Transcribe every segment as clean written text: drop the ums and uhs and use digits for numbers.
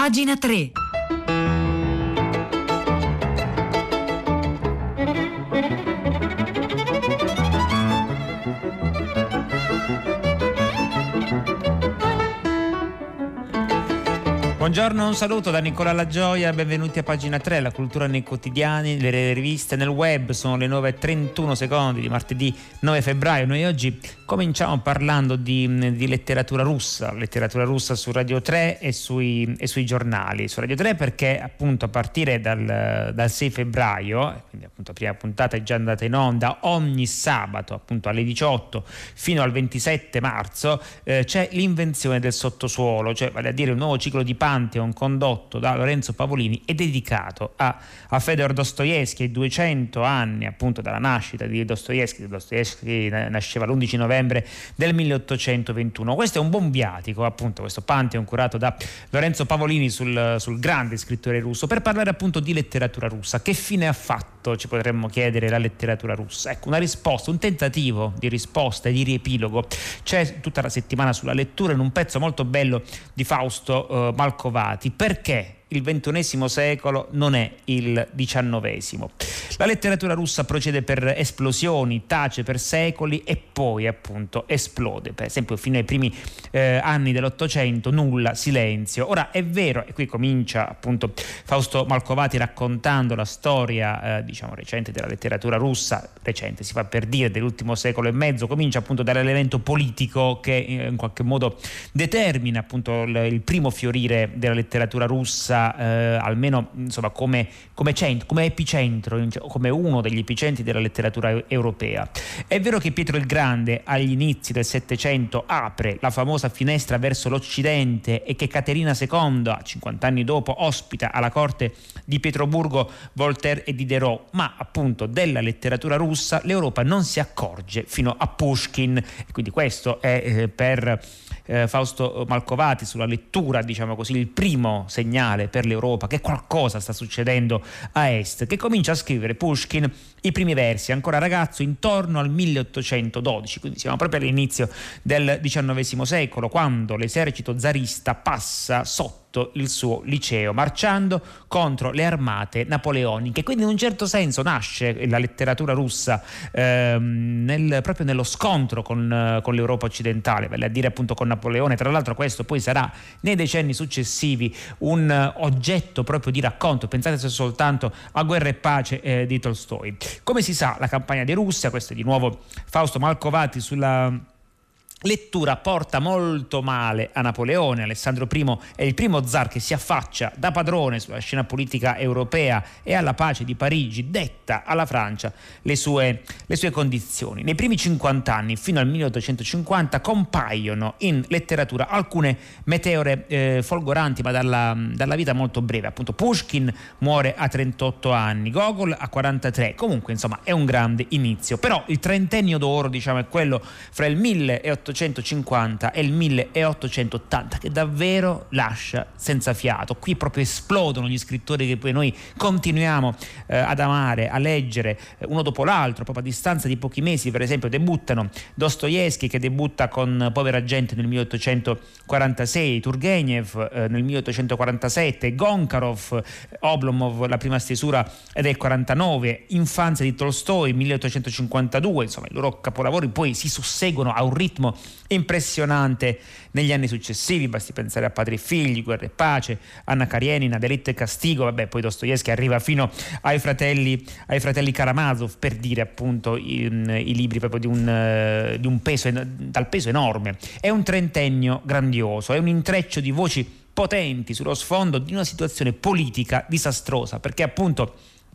Pagina 3. Buongiorno, un saluto da Nicola Lagioia, benvenuti a Pagina 3, la cultura nei quotidiani, le riviste, nel web. Sono le 9:31 di martedì 9 febbraio. Noi oggi cominciamo parlando di letteratura russa su Radio 3 e sui giornali. Su Radio 3 perché appunto a partire dal 6 febbraio, quindi appunto la prima puntata è già andata in onda, ogni sabato appunto alle 18 fino al 27 marzo c'è l'invenzione del sottosuolo, cioè vale a dire un nuovo ciclo di Pantheon condotto da Lorenzo Pavolini e dedicato a Fedor Dostoevskij, ai 200 anni appunto dalla nascita di Dostoevskij. Dostoevskij nasceva l'11 novembre del 1821. Questo è un buon viatico, appunto, questo Pantheon curato da Lorenzo Pavolini sul grande scrittore russo, per parlare appunto di letteratura russa. Che fine ha fatto, ci potremmo chiedere, la letteratura russa? Ecco, una risposta, un tentativo di risposta e di riepilogo c'è tutta la settimana sulla lettura in un pezzo molto bello di Fausto Malcovati. Perché il XXI secolo non è il XIX? La letteratura russa procede per esplosioni, tace per secoli e poi appunto esplode. Per esempio fino ai primi anni dell'Ottocento nulla, silenzio. Ora è vero, e qui comincia appunto Fausto Malcovati raccontando la storia recente della letteratura russa, recente si fa per dire, dell'ultimo secolo e mezzo, comincia appunto dall'elemento politico che in qualche modo determina appunto il primo fiorire della letteratura russa, almeno insomma come epicentro, come uno degli epicentri della letteratura europea. È vero che Pietro il Grande agli inizi del Settecento apre la famosa finestra verso l'Occidente e che Caterina II, 50 anni dopo, ospita alla corte di Pietroburgo Voltaire e Diderot, ma appunto della letteratura russa l'Europa non si accorge fino a Pushkin, e quindi questo è per Fausto Malcovati, sulla lettura, diciamo così, il primo segnale per l'Europa che qualcosa sta succedendo a est, che comincia a scrivere Pushkin i primi versi ancora ragazzo intorno al 1812, quindi siamo proprio all'inizio del XIX secolo, quando l'esercito zarista passa sotto il suo liceo marciando contro le armate napoleoniche. Quindi in un certo senso nasce la letteratura russa proprio nello scontro con l'Europa occidentale, vale a dire appunto con Napoleone. Tra l'altro questo poi sarà nei decenni successivi un oggetto proprio di racconto. Pensate soltanto a Guerra e Pace di Tolstoi. Come si sa, la campagna di Russia, questo è di nuovo Fausto Malcovati sulla lettura, porta molto male a Napoleone. Alessandro I è il primo zar che si affaccia da padrone sulla scena politica europea e alla pace di Parigi detta alla Francia le sue condizioni. Nei primi 50 anni, fino al 1850, compaiono in letteratura alcune meteore folgoranti, ma dalla vita molto breve. Appunto Pushkin muore a 38 anni, Gogol a 43. Comunque insomma è un grande inizio. Però il trentennio d'oro, diciamo, è quello fra il 1850 e il 1880, che davvero lascia senza fiato. Qui proprio esplodono gli scrittori che poi noi continuiamo ad amare, a leggere uno dopo l'altro, proprio a distanza di pochi mesi. Per esempio debuttano Dostoevskij, che debutta con Povera gente nel 1846, Turgenev nel 1847, Goncharov, Oblomov, la prima stesura del 49, Infanzia di Tolstoi 1852. Insomma, i loro capolavori poi si susseguono a un ritmo impressionante negli anni successivi. Basti pensare a Padri e Figli, Guerra e Pace, Anna Karenina, Delitto e Castigo. Poi Dostoevskij arriva fino ai fratelli Karamazov, per dire appunto i libri proprio di un peso, dal peso enorme. È un trentennio grandioso, è un intreccio di voci potenti sullo sfondo di una situazione politica disastrosa, perché appunto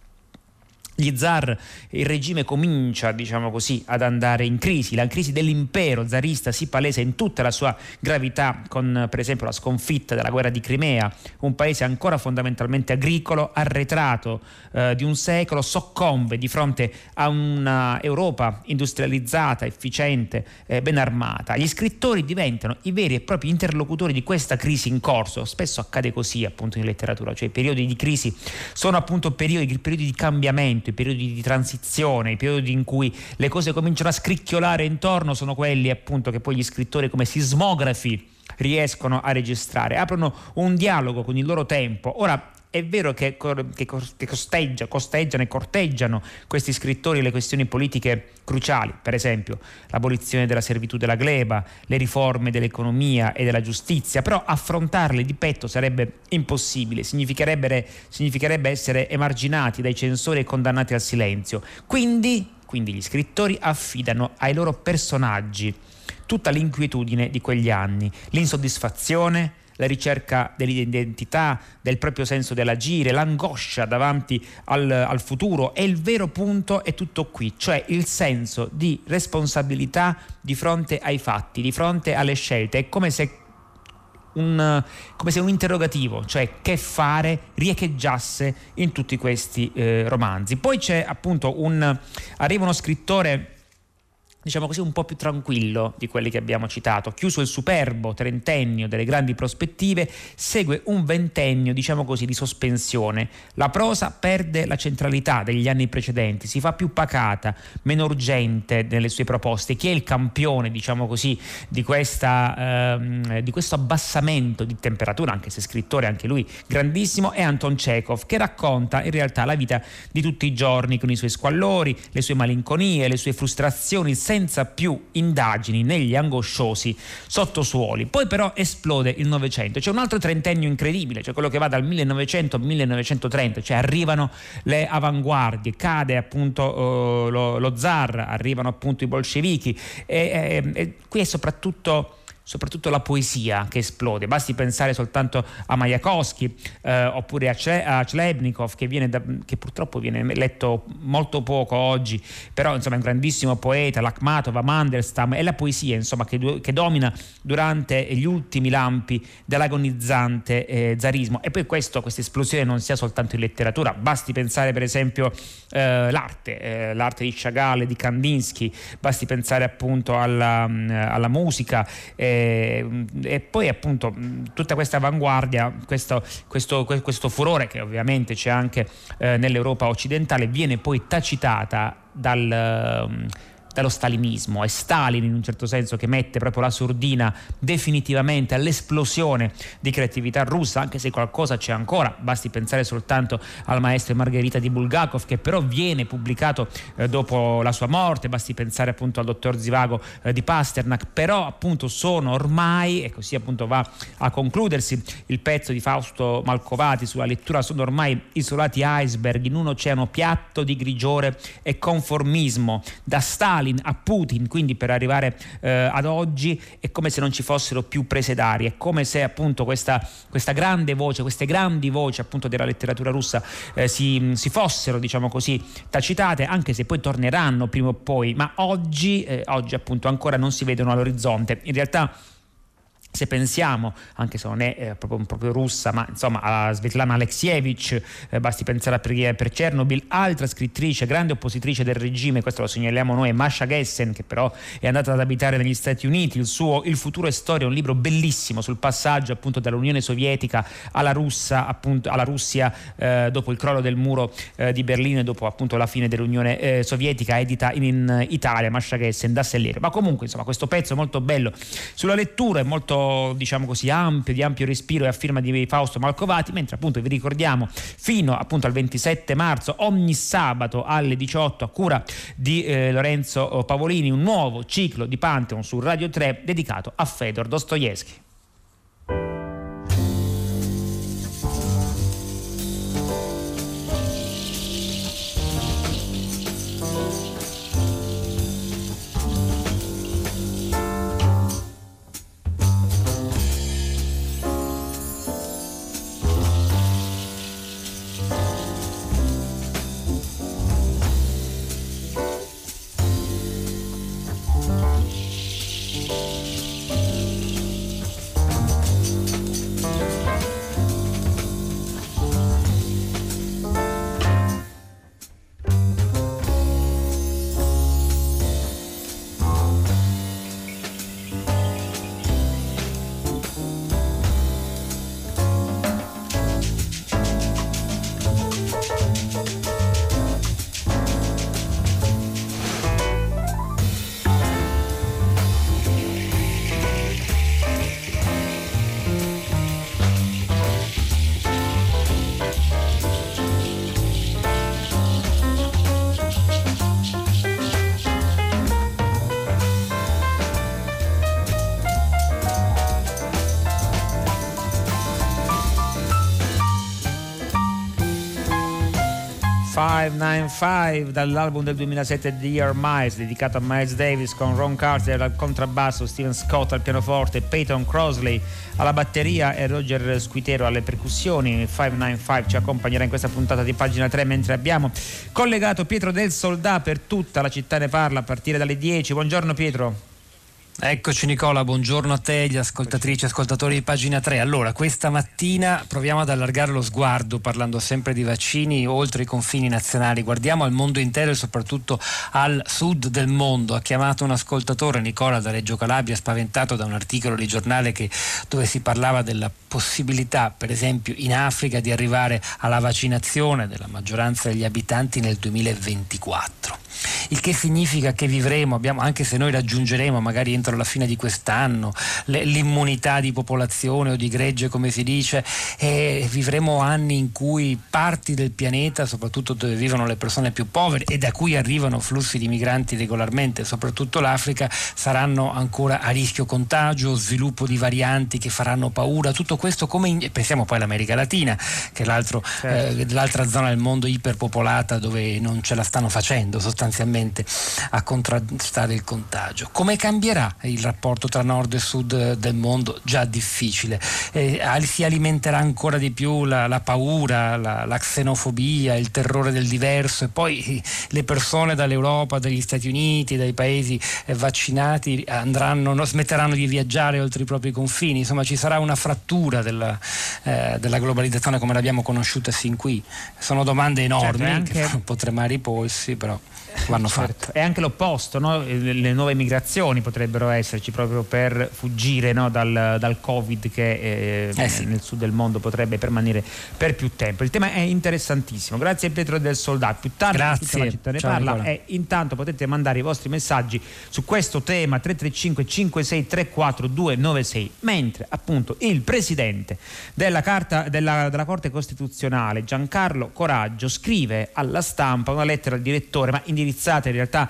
gli zar, il regime comincia, diciamo così, ad andare in crisi. La crisi dell'impero zarista si palesa in tutta la sua gravità con, per esempio, la sconfitta della guerra di Crimea. Un paese ancora fondamentalmente agricolo, arretrato di un secolo, soccombe di fronte a una Europa industrializzata, efficiente, ben armata. Gli scrittori diventano i veri e propri interlocutori di questa crisi in corso. Spesso accade così appunto in letteratura, cioè i periodi di crisi sono appunto periodi di cambiamento, cambiamento, i periodi di transizione, i periodi in cui le cose cominciano a scricchiolare intorno, sono quelli appunto che poi gli scrittori come sismografi riescono a registrare, aprono un dialogo con il loro tempo. Ora, è vero che costeggiano e corteggiano questi scrittori le questioni politiche cruciali, per esempio l'abolizione della servitù della gleba, le riforme dell'economia e della giustizia, però affrontarle di petto sarebbe impossibile, significherebbe essere emarginati dai censori e condannati al silenzio. Quindi gli scrittori affidano ai loro personaggi tutta l'inquietudine di quegli anni, l'insoddisfazione, la ricerca dell'identità, del proprio senso dell'agire, l'angoscia davanti al futuro, e il vero punto è tutto qui, cioè il senso di responsabilità di fronte ai fatti, di fronte alle scelte. È come se un interrogativo, cioè che fare, riecheggiasse in tutti questi romanzi. Poi c'è appunto arriva uno scrittore, diciamo così, un po' più tranquillo di quelli che abbiamo citato. Chiuso il superbo trentennio delle grandi prospettive, segue un ventennio, diciamo così, di sospensione. La prosa perde la centralità degli anni precedenti, si fa più pacata, meno urgente nelle sue proposte. Chi è il campione, diciamo così, di questo abbassamento di temperatura, anche se scrittore anche lui grandissimo, è Anton Chekhov, che racconta in realtà la vita di tutti i giorni, con i suoi squallori, le sue malinconie, le sue frustrazioni, senza più indagini negli angosciosi sottosuoli. Poi però esplode il Novecento, c'è un altro trentennio incredibile, cioè quello che va dal 1900 al 1930, cioè arrivano le avanguardie, cade appunto lo zar, arrivano appunto i bolscevichi, e qui è soprattutto la poesia che esplode. Basti pensare soltanto a Majakovskij, oppure a Chlebnikov, che purtroppo viene letto molto poco oggi, però insomma è un grandissimo poeta, l'Akhmatova, Mandelstam. È la poesia insomma che domina durante gli ultimi lampi dell'agonizzante zarismo. E poi questa esplosione non sia soltanto in letteratura, basti pensare per esempio l'arte di Chagall e di Kandinsky, basti pensare appunto alla musica, e poi appunto tutta questa avanguardia, questo furore che ovviamente c'è anche nell'Europa occidentale, viene poi tacitata dallo stalinismo. È Stalin in un certo senso che mette proprio la sordina definitivamente all'esplosione di creatività russa, anche se qualcosa c'è ancora. Basti pensare soltanto al Maestro e Margherita di Bulgakov, che però viene pubblicato dopo la sua morte. Basti pensare appunto al Dottor Zivago di Pasternak. Però appunto sono ormai, e così appunto va a concludersi il pezzo di Fausto Malcovati sulla lettura, sono ormai isolati iceberg in un oceano piatto di grigiore e conformismo. Da Stalin a Putin, quindi per arrivare ad oggi, è come se non ci fossero più prese d'aria, è come se appunto questa grande voce, queste grandi voci appunto della letteratura russa si fossero, diciamo così, tacitate, anche se poi torneranno prima o poi, ma oggi appunto ancora non si vedono all'orizzonte. In realtà, se pensiamo, anche se non è proprio russa, ma insomma a Svetlana Alexievich, basti pensare per Chernobyl. Altra scrittrice, grande oppositrice del regime, questo lo segnaliamo noi, è Masha Gessen, che però è andata ad abitare negli Stati Uniti. Il futuro è storia, un libro bellissimo sul passaggio appunto dall'Unione Sovietica alla Russia dopo il crollo del muro di Berlino e dopo appunto la fine dell'Unione Sovietica, edita in Italia. Masha Gessen da Sellerio. Ma comunque insomma questo pezzo è molto bello sulla lettura, è molto, diciamo così, di ampio respiro, e a firma di Fausto Malcovati, mentre appunto vi ricordiamo fino appunto al 27 marzo ogni sabato alle 18 a cura di Lorenzo Pavolini un nuovo ciclo di Pantheon su Radio 3 dedicato a Fedor Dostoevskij. 595 dall'album del 2007 The Year Miles, dedicato a Miles Davis, con Ron Carter al contrabbasso, Steven Scott al pianoforte, Peyton Crossley alla batteria e Roger Squitero alle percussioni. 595 ci accompagnerà in questa puntata di Pagina 3, mentre abbiamo collegato Pietro del Soldà per tutta la città ne parla a partire dalle 10. Buongiorno Pietro. Eccoci Nicola, buongiorno a te, gli ascoltatrici e ascoltatori di Pagina 3. Allora, questa mattina proviamo ad allargare lo sguardo, parlando sempre di vaccini, oltre i confini nazionali. Guardiamo al mondo intero e soprattutto al sud del mondo. Ha chiamato un ascoltatore, Nicola, da Reggio Calabria, spaventato da un articolo di giornale dove si parlava della possibilità, per esempio in Africa, di arrivare alla vaccinazione della maggioranza degli abitanti nel 2024. Il che significa che vivremo, anche se noi raggiungeremo magari entro la fine di quest'anno l'immunità di popolazione o di gregge, come si dice, vivremo anni in cui parti del pianeta, soprattutto dove vivono le persone più povere e da cui arrivano flussi di migranti regolarmente, soprattutto l'Africa, saranno ancora a rischio contagio, sviluppo di varianti che faranno paura. Tutto questo pensiamo poi all'America Latina, che è l'altra zona del mondo iperpopolata, dove non ce la stanno facendo sostanzialmente a contrastare il contagio. Come cambierà il rapporto tra nord e sud del mondo? Già difficile. Si alimenterà ancora di più la paura, la xenofobia, il terrore del diverso, e poi le persone dall'Europa, dagli Stati Uniti, dai paesi vaccinati smetteranno di viaggiare oltre i propri confini. Insomma, ci sarà una frattura della globalizzazione come l'abbiamo conosciuta sin qui. Sono domande enormi, certo, che fanno un po' tremare i polsi, però vanno fatte. E anche l'opposto, no? Le nuove migrazioni potrebbero esserci proprio per fuggire, no, dal Covid che nel sud del mondo potrebbe permanere per più tempo. Il tema è interessantissimo. Grazie Pietro del Soldato. Più tardi tutta la città ne parla. Nicola. E intanto potete mandare i vostri messaggi su questo tema 335 56 34 296, mentre appunto il presidente della Corte Costituzionale Giancarlo Coraggio scrive alla Stampa una lettera al direttore, ma indirizzata in realtà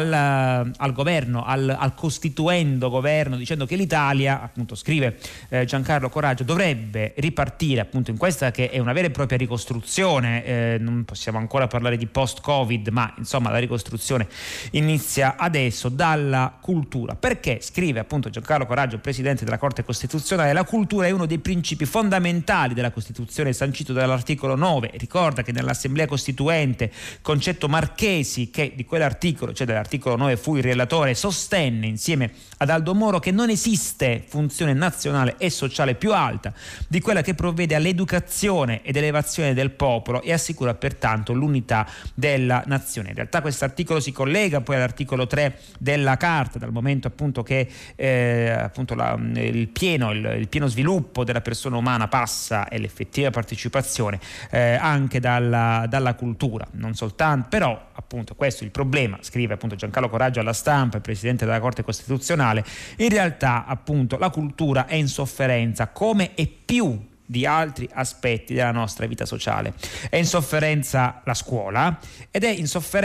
al governo, al costituendo governo, dicendo che l'Italia, appunto scrive Giancarlo Coraggio, dovrebbe ripartire appunto in questa che è una vera e propria ricostruzione. Non possiamo ancora parlare di post-Covid, ma insomma la ricostruzione inizia adesso dalla cultura. Perché, scrive appunto Giancarlo Coraggio, presidente della Corte Costituzionale, la cultura è uno dei principi fondamentali della Costituzione sancito dall'articolo 9. Ricorda che nell'Assemblea Costituente Concetto Marchesi, che di quell'articolo, cioè dell'articolo 9, fu il relatore, sostenne insieme ad Aldo Moro che non esiste funzione nazionale e sociale più alta di quella che provvede all'educazione ed elevazione del popolo e assicura pertanto l'unità della nazione. In realtà questo articolo si collega poi all'articolo 3 della Carta, dal momento appunto che appunto il pieno sviluppo della persona umana passa, e l'effettiva partecipazione anche dalla cultura, non soltanto, però appunto questo è il problema, scrive appunto Giancarlo Coraggio alla Stampa, il presidente della Corte Costituzionale. In realtà appunto la cultura è in sofferenza, come e più di altri aspetti della nostra vita sociale. È in sofferenza la scuola ed sono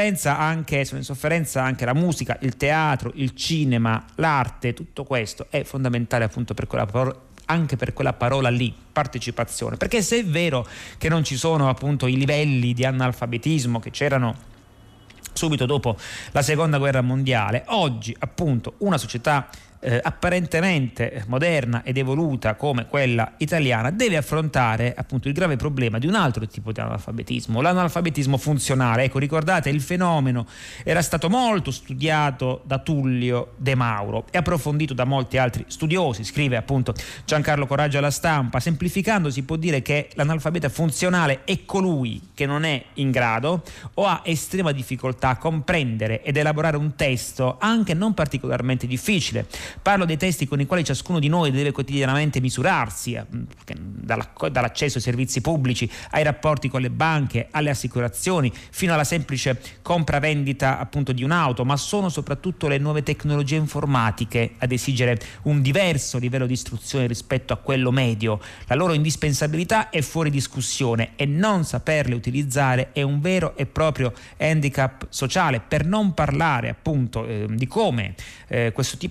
in sofferenza anche la musica, il teatro, il cinema, l'arte. Tutto questo è fondamentale appunto anche per quella parola lì, partecipazione, perché se è vero che non ci sono appunto i livelli di analfabetismo che c'erano subito dopo la seconda guerra mondiale, oggi appunto una società apparentemente moderna ed evoluta come quella italiana deve affrontare appunto il grave problema di un altro tipo di analfabetismo, l'analfabetismo funzionale. Ecco, ricordate, il fenomeno era stato molto studiato da Tullio De Mauro e approfondito da molti altri studiosi, scrive appunto Giancarlo Coraggio alla Stampa. Semplificando si può dire che l'analfabeta funzionale è colui che non è in grado o ha estrema difficoltà a comprendere ed elaborare un testo anche non particolarmente difficile. Parlo dei testi con i quali ciascuno di noi deve quotidianamente misurarsi, dall'accesso ai servizi pubblici, ai rapporti con le banche, alle assicurazioni, fino alla semplice compravendita appunto di un'auto, ma sono soprattutto le nuove tecnologie informatiche ad esigere un diverso livello di istruzione rispetto a quello medio. La loro indispensabilità è fuori discussione e non saperle utilizzare è un vero e proprio handicap sociale, per non parlare appunto di come questo tipo di ignoranza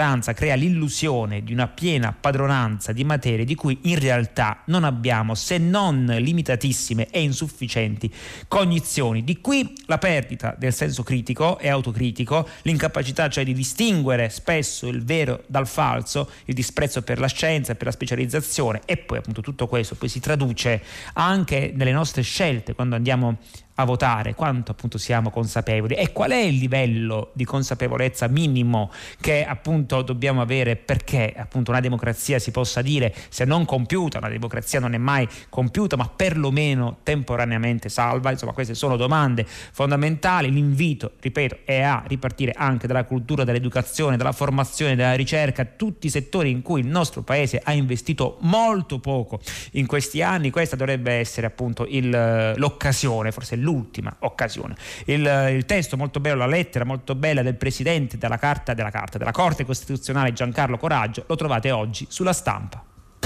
l'ignoranza crea l'illusione di una piena padronanza di materie di cui in realtà non abbiamo, se non limitatissime e insufficienti, cognizioni. Di qui la perdita del senso critico e autocritico, l'incapacità cioè di distinguere spesso il vero dal falso, il disprezzo per la scienza e per la specializzazione, e poi appunto tutto questo poi si traduce anche nelle nostre scelte quando andiamo a votare, quanto appunto siamo consapevoli e qual è il livello di consapevolezza minimo che appunto dobbiamo avere perché appunto una democrazia si possa dire, se non compiuta, una democrazia non è mai compiuta, ma perlomeno temporaneamente salva. Insomma, queste sono domande fondamentali. L'invito, ripeto, è a ripartire anche dalla cultura, dall'educazione, dalla formazione, dalla ricerca, tutti i settori in cui il nostro paese ha investito molto poco in questi anni. Questa dovrebbe essere appunto l'occasione, forse l'ultima occasione. Il testo molto bello, la lettera molto bella del presidente della Corte Costituzionale Giancarlo Coraggio lo trovate oggi sulla Stampa.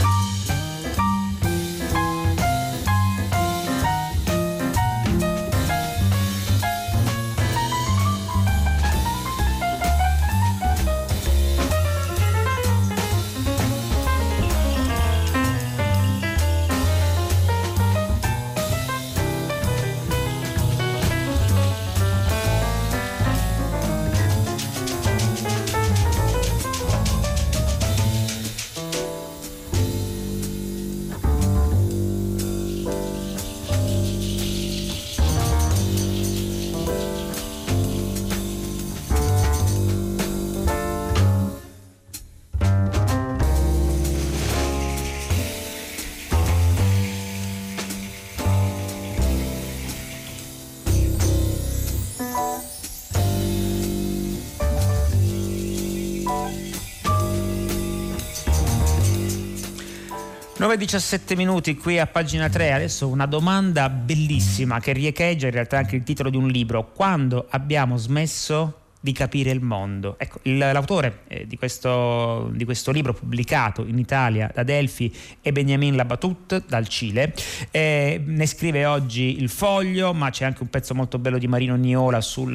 Nove 17 minuti qui a pagina 3. Adesso una domanda bellissima che riecheggia in realtà anche il titolo di un libro: quando abbiamo smesso di capire il mondo? Ecco, l'autore di questo libro, pubblicato in Italia da Adelphi, è Benjamin Labatut dal Cile. Ne scrive oggi Il Foglio, ma c'è anche un pezzo molto bello di Marino Niola su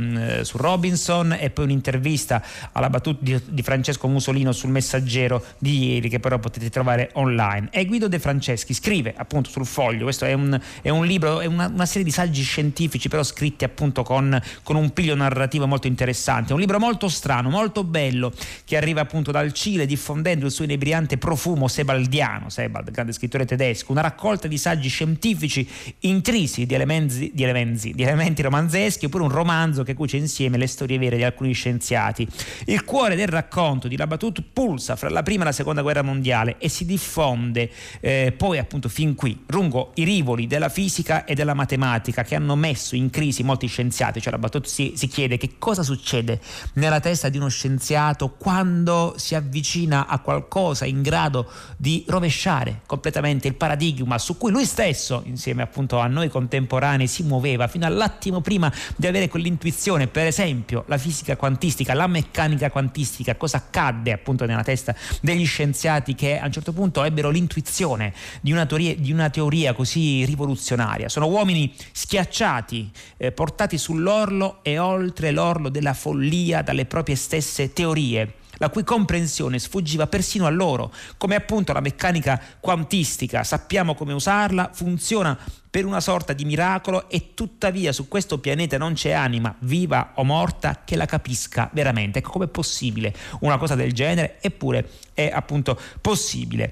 Robinson, e poi un'intervista alla Labatut di Francesco Musolino sul Messaggero di ieri, che però potete trovare online. E Guido De Franceschi scrive appunto sul Foglio, questo è un libro, è una serie di saggi scientifici però scritti appunto con un piglio narrativo molto interessante. Un libro molto strano, molto bello, che arriva appunto dal Cile, diffondendo il suo inebriante profumo sebaldiano. Sebald, grande scrittore tedesco, una raccolta di saggi scientifici intrisi di elementi romanzeschi, oppure un romanzo che cuce insieme le storie vere di alcuni scienziati. Il cuore del racconto di Labatut pulsa fra la prima e la seconda guerra mondiale e si diffonde poi appunto fin qui, lungo i rivoli della fisica e della matematica, che hanno messo in crisi molti scienziati. Cioè Labatut si chiede che cosa succede nella testa di uno scienziato quando si avvicina a qualcosa in grado di rovesciare completamente il paradigma su cui lui stesso, insieme appunto a noi contemporanei, si muoveva fino all'attimo prima di avere quell'intuizione. Per esempio la fisica quantistica, la meccanica quantistica. Cosa accadde appunto nella testa degli scienziati che a un certo punto ebbero l'intuizione di una teoria così rivoluzionaria? Sono uomini schiacciati, portati sull'orlo e oltre l'orlo della follia dalle proprie stesse teorie, la cui comprensione sfuggiva persino a loro, come appunto la meccanica quantistica. Sappiamo come usarla, funziona per una sorta di miracolo, e tuttavia su questo pianeta non c'è anima, viva o morta, che la capisca veramente. Ecco, com'è possibile una cosa del genere? Eppure è appunto possibile.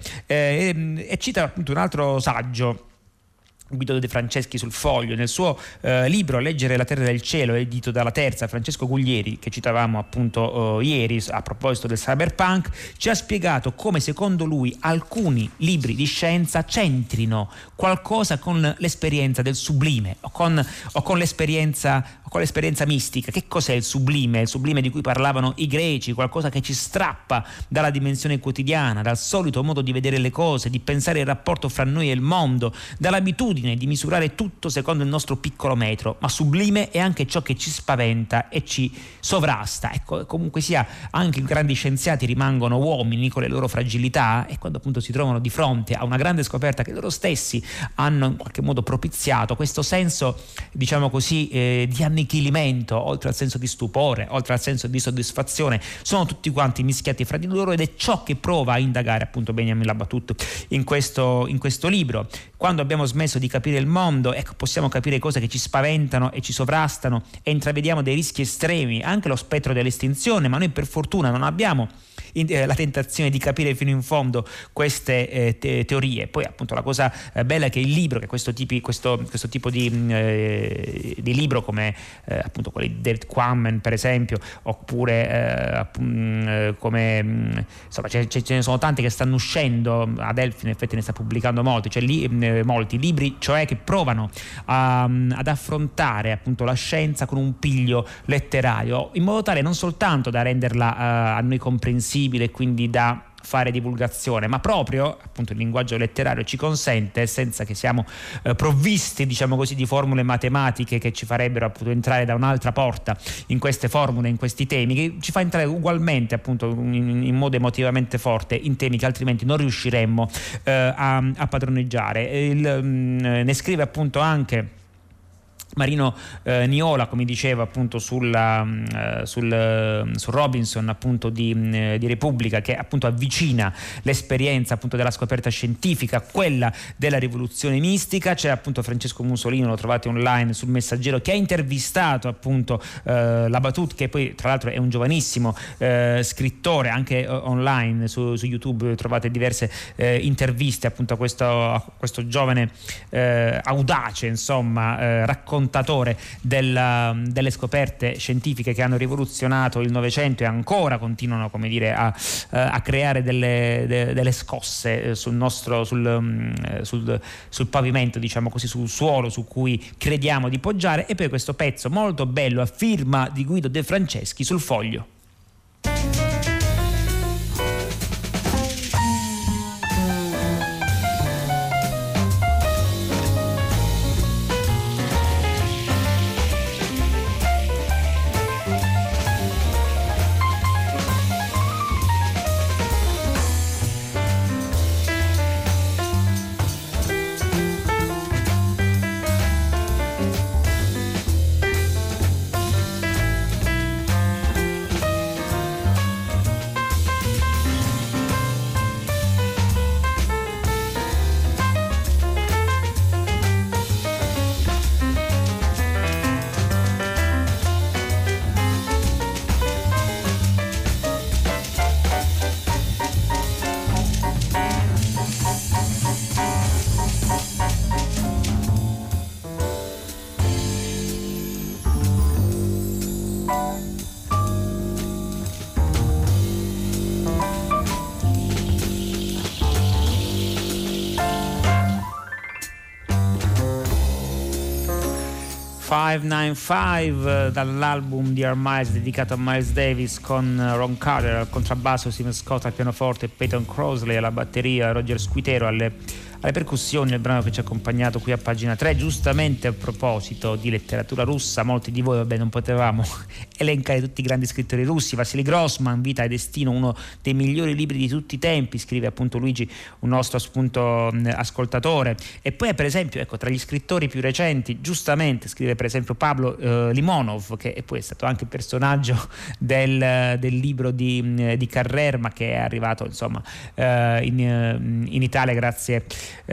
E cita appunto un altro saggio, Guido De Franceschi, sul Foglio, nel suo libro Leggere la terra del cielo, edito dalla Terza, Francesco Guglieri, che citavamo appunto ieri a proposito del cyberpunk, ci ha spiegato come secondo lui alcuni libri di scienza centrino qualcosa con l'esperienza del sublime o con l'esperienza mistica. Che cos'è il sublime? Il sublime di cui parlavano i greci, qualcosa che ci strappa dalla dimensione quotidiana, dal solito modo di vedere le cose, di pensare il rapporto fra noi e il mondo, dall'abitudine l'abitudine di misurare tutto secondo il nostro piccolo metro, ma sublime è anche ciò che ci spaventa e ci sovrasta. Ecco, comunque sia, anche i grandi scienziati rimangono uomini con le loro fragilità, e quando appunto si trovano di fronte a una grande scoperta che loro stessi hanno in qualche modo propiziato, questo senso, diciamo così, di annichilimento, oltre al senso di stupore, oltre al senso di soddisfazione, sono tutti quanti mischiati fra di loro, ed è ciò che prova a indagare appunto Benjamin Labatut in questo libro. Quando abbiamo smesso di capire il mondo, ecco, possiamo capire cose che ci spaventano e ci sovrastano, e intravediamo dei rischi estremi, anche lo spettro dell'estinzione, ma noi per fortuna non abbiamo la tentazione di capire fino in fondo queste teorie. Poi appunto la cosa bella è che il libro, che questo tipo di libro, come appunto quelli di David Quammen per esempio, oppure come insomma ce ne sono tanti che stanno uscendo. Adelphi in effetti ne sta pubblicando molti, cioè molti libri, cioè, che provano ad affrontare appunto la scienza con un piglio letterario, in modo tale non soltanto da renderla a noi comprensibile e quindi da fare divulgazione, ma proprio appunto il linguaggio letterario ci consente, senza che siamo provvisti, diciamo così, di formule matematiche che ci farebbero appunto entrare da un'altra porta in queste formule, in questi temi, che ci fa entrare ugualmente appunto in modo emotivamente forte in temi che altrimenti non riusciremmo a padroneggiare. Ne scrive appunto anche Marino Niola, come diceva appunto sul Robinson appunto di Repubblica, che appunto avvicina l'esperienza appunto della scoperta scientifica a quella della rivoluzione mistica. C'è appunto Francesco Musolino, lo trovate online sul Messaggero, che ha intervistato appunto Labatut, che poi tra l'altro è un giovanissimo scrittore. Anche online su YouTube trovate diverse interviste appunto a questo giovane audace, insomma, raccontatore delle scoperte scientifiche che hanno rivoluzionato il Novecento e ancora continuano, come dire, a creare delle scosse sul pavimento, diciamo così, sul suolo su cui crediamo di poggiare. E poi questo pezzo molto bello a firma di Guido De Franceschi sul Foglio. 595 dall'album Dear Miles, dedicato a Miles Davis, con Ron Carter al contrabbasso, Stephen Scott al pianoforte, Peyton Crosley alla batteria, Roger Squitero alle percussioni. Il brano che ci ha accompagnato qui a pagina 3. Giustamente, a proposito di letteratura russa, molti di voi, non potevamo elencare tutti i grandi scrittori russi. Vassili Grossman, Vita e Destino, uno dei migliori libri di tutti i tempi, scrive appunto Luigi, un nostro appunto ascoltatore. E poi per esempio, ecco, tra gli scrittori più recenti, giustamente scrive per esempio Pablo Limonov, che poi è stato anche personaggio del libro di Carrère, ma che è arrivato insomma in Italia grazie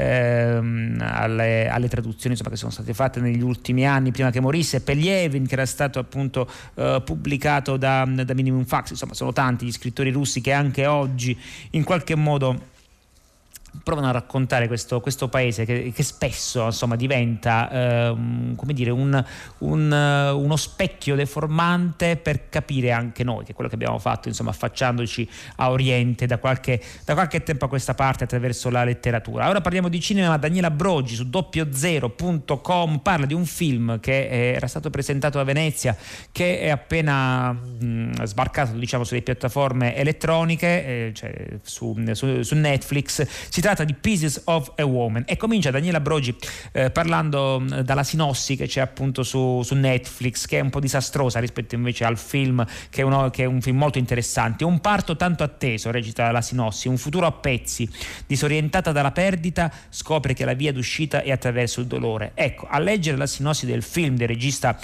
alle traduzioni insomma, che sono state fatte negli ultimi anni prima che morisse. Pelievin, che era stato appunto pubblicato da Minimum Fax. Insomma, sono tanti gli scrittori russi che anche oggi in qualche modo provano a raccontare questo paese che spesso insomma diventa come dire uno specchio deformante per capire anche noi, che è quello che abbiamo fatto insomma affacciandoci a Oriente da qualche tempo a questa parte attraverso la letteratura. Ora parliamo di cinema. Daniela Brogi su doppiozero.com parla di un film che era stato presentato a Venezia, che è appena sbarcato diciamo sulle piattaforme elettroniche, cioè su Netflix. Si tratta di Pieces of a Woman e comincia Daniela Brogi parlando dalla sinossi che c'è appunto su Netflix, che è un po' disastrosa rispetto invece al film, che è un film molto interessante. Un parto tanto atteso, recita la sinossi, un futuro a pezzi, disorientata dalla perdita scopre che la via d'uscita è attraverso il dolore. Ecco, a leggere la sinossi del film del regista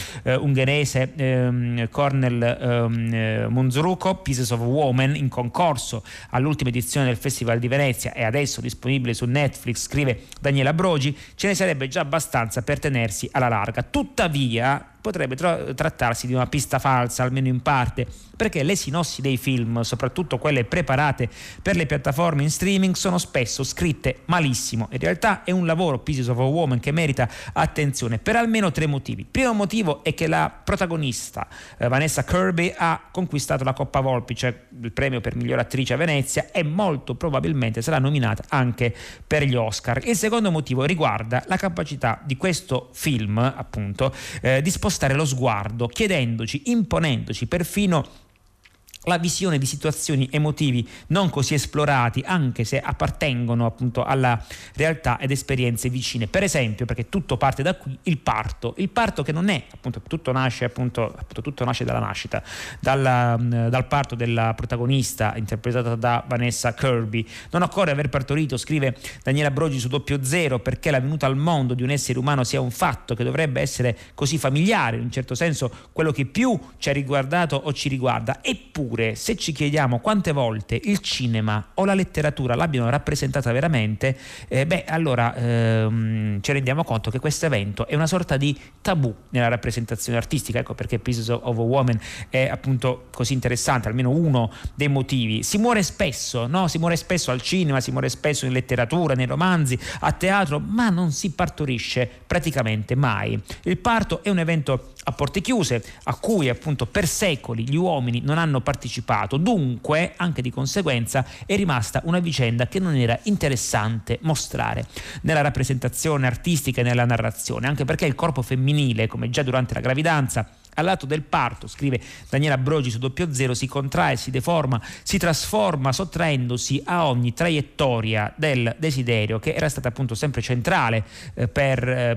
ungherese Cornel Munzuruko, Pieces of a Woman, in concorso all'ultima edizione del Festival di Venezia e adesso disponibile su Netflix, scrive Daniela Brogi, ce ne sarebbe già abbastanza per tenersi alla larga. Tuttavia potrebbe trattarsi di una pista falsa, almeno in parte, perché le sinossi dei film, soprattutto quelle preparate per le piattaforme in streaming, sono spesso scritte malissimo. In realtà è un lavoro, Pieces of a Woman, che merita attenzione per almeno 3 motivi. Il primo motivo è che la protagonista Vanessa Kirby ha conquistato la Coppa Volpi, cioè il premio per miglior attrice a Venezia, e molto probabilmente sarà nominata anche per gli Oscar. Il secondo motivo riguarda la capacità di questo film, appunto, di spostare lo sguardo, chiedendoci, imponendoci perfino la visione di situazioni emotivi non così esplorati, anche se appartengono appunto alla realtà ed esperienze vicine. Per esempio, perché tutto parte da qui, il parto che non è appunto, tutto nasce dalla nascita, dal parto della protagonista interpretata da Vanessa Kirby. Non occorre aver partorito, scrive Daniela Brogi su Doppio Zero, perché la venuta al mondo di un essere umano sia un fatto che dovrebbe essere così familiare, in un certo senso quello che più ci ha riguardato o ci riguarda. Eppure, se ci chiediamo quante volte il cinema o la letteratura l'abbiano rappresentata veramente, allora ci rendiamo conto che questo evento è una sorta di tabù nella rappresentazione artistica. Ecco perché Pieces of a Woman è appunto così interessante, almeno uno dei motivi. Si muore spesso, no? Si muore spesso al cinema, si muore spesso in letteratura, nei romanzi, a teatro, ma non si partorisce praticamente mai. Il parto è un evento a porte chiuse, a cui appunto per secoli gli uomini non hanno partecipato, dunque anche di conseguenza è rimasta una vicenda che non era interessante mostrare nella rappresentazione artistica e nella narrazione, anche perché il corpo femminile, come già durante la gravidanza, all'atto del parto, scrive Daniela Brogi su Doppio Zero, si contrae, si deforma, si trasforma, sottraendosi a ogni traiettoria del desiderio che era stata appunto sempre centrale per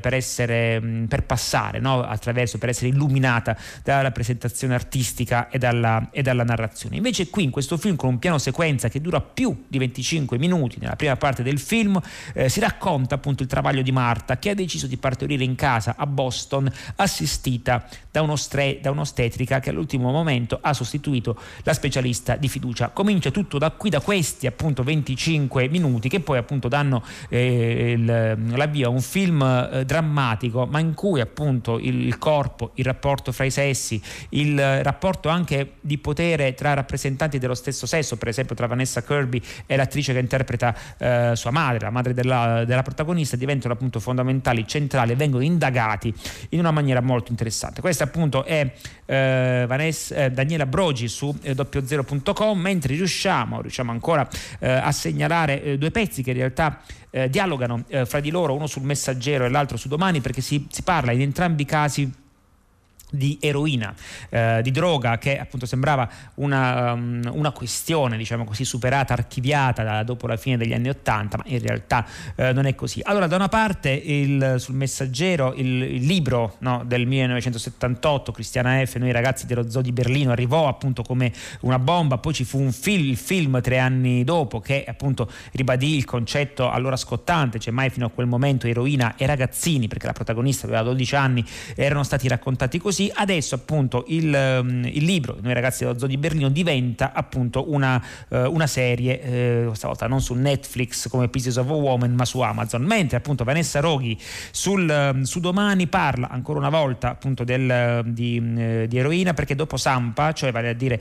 passare, no? Attraverso, per essere illuminata dalla rappresentazione artistica e dalla narrazione. Invece qui in questo film, con un piano sequenza che dura più di 25 minuti nella prima parte del film, si racconta appunto il travaglio di Marta, che ha deciso di partorire in casa a Boston, assistita da un'ostetrica che all'ultimo momento ha sostituito la specialista di fiducia. Comincia tutto da qui, da questi appunto 25 minuti che poi appunto danno l'avvio a un film drammatico, ma in cui appunto il corpo, il rapporto fra i sessi, il rapporto anche di potere tra rappresentanti dello stesso sesso, per esempio tra Vanessa Kirby e l'attrice che interpreta sua madre, la madre della protagonista, diventano appunto fondamentali, centrali, vengono indagati in una maniera molto interessante. Questa appunto è Daniela Brogi su doppiozero.com, mentre riusciamo ancora a segnalare 2 pezzi che in realtà dialogano fra di loro, uno sul Messaggero e l'altro su Domani, perché si parla in entrambi i casi di eroina, di droga, che appunto sembrava una questione, diciamo così, superata, archiviata dopo la fine degli anni '80, ma in realtà non è così. Allora, da una parte sul Messaggero il libro, no, del 1978, Cristiana F., Noi ragazzi dello Zoo di Berlino, arrivò appunto come una bomba, poi ci fu il film 3 anni dopo che appunto ribadì il concetto allora scottante, cioè mai fino a quel momento eroina e ragazzini, perché la protagonista aveva 12 anni, erano stati raccontati così. Adesso appunto il libro Noi ragazzi dello Zoo di Berlino diventa appunto una serie, questa volta non su Netflix come Pieces of a Woman, ma su Amazon, mentre appunto Vanessa Roghi su Domani parla ancora una volta appunto di eroina, perché dopo Sampa, cioè vale a dire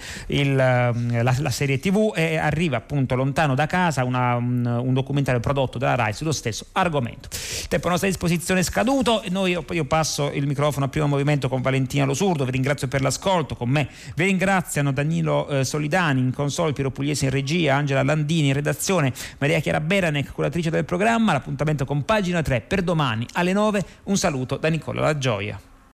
la serie TV, arriva appunto Lontano da casa, un documentario prodotto dalla Rai sullo stesso argomento. Il tempo a nostra disposizione è scaduto e io passo il microfono a Primo Movimento con Valentina Lo Surdo. Vi ringrazio per l'ascolto. Con me vi ringraziano Danilo Solidani in console, Piero Pugliese in regia, Angela Landini in redazione, Maria Chiara Beranec, curatrice del programma. L'appuntamento con Pagina 3 per domani alle 9. Un saluto da Nicola La Gioia.